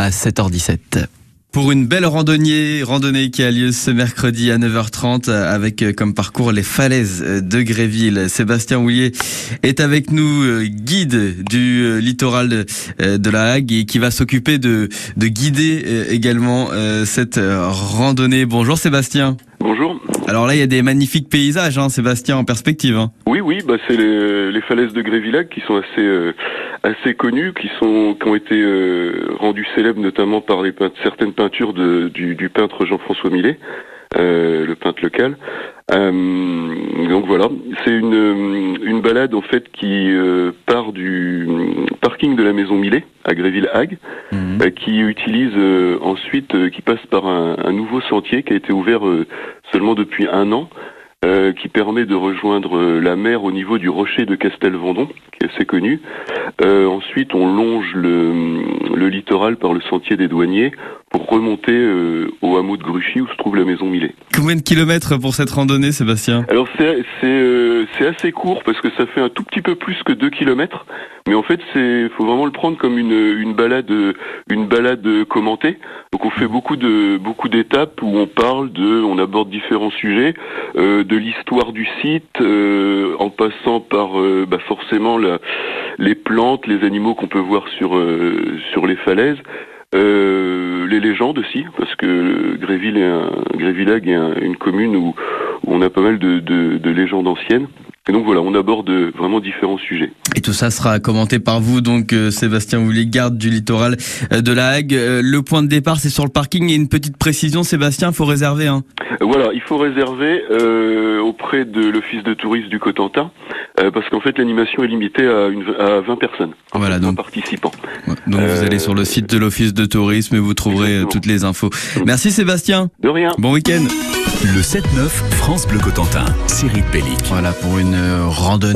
à 7h17. Pour une belle randonnée qui a lieu ce mercredi à 9h30 avec comme parcours les falaises de Gréville. Sébastien Houlier est avec nous, guide du littoral de la Hague et qui va s'occuper de guider également cette randonnée. Bonjour Sébastien. Bonjour. Alors là, il y a des magnifiques paysages, Sébastien, en perspective. Oui, c'est les falaises de Gréville qui sont assez connues, qui ont été rendues célèbres notamment par certaines peintures du peintre Jean-François Millet, le peintre local. Donc voilà, c'est une balade en fait qui part du parking de la maison Millet à Gréville-Hague, qui utilise ensuite, qui passe par un nouveau sentier qui a été ouvert seulement depuis 1 an, qui permet de rejoindre la mer au niveau du rocher de Castelvendon, qui est assez connu. Ensuite, on longe le littoral par le sentier des douaniers pour remonter au hameau de Gruchy où se trouve la maison Millet. Combien de kilomètres pour cette randonnée, Sébastien ? Alors c'est assez court parce que ça fait un tout petit peu plus que 2 kilomètres, mais en fait faut vraiment le prendre comme une balade commentée. Donc on fait beaucoup d'étapes où on aborde différents sujets, de l'histoire du site, en passant par forcément les plantes, les animaux qu'on peut voir sur les falaises. Les légendes aussi, parce que Gréville-Hague est une commune où on a pas mal de légendes anciennes. Et donc voilà, on aborde vraiment différents sujets. Et tout ça sera commenté par vous, donc Sébastien Houlier, garde du littoral de la Hague. Le point de départ, c'est sur le parking. Et une petite précision, Sébastien, il faut réserver. Voilà, il faut réserver auprès de l'office de tourisme du Cotentin, parce qu'en fait l'animation est limitée à 20 personnes, voilà, 20 participants. Donc vous allez sur le site de l'office de tourisme et vous trouverez toutes les infos. Merci Sébastien. De rien. Bon week-end. Le 7-9 France Bleu Cotentin, Cyril Pellic. Voilà pour une randonnée.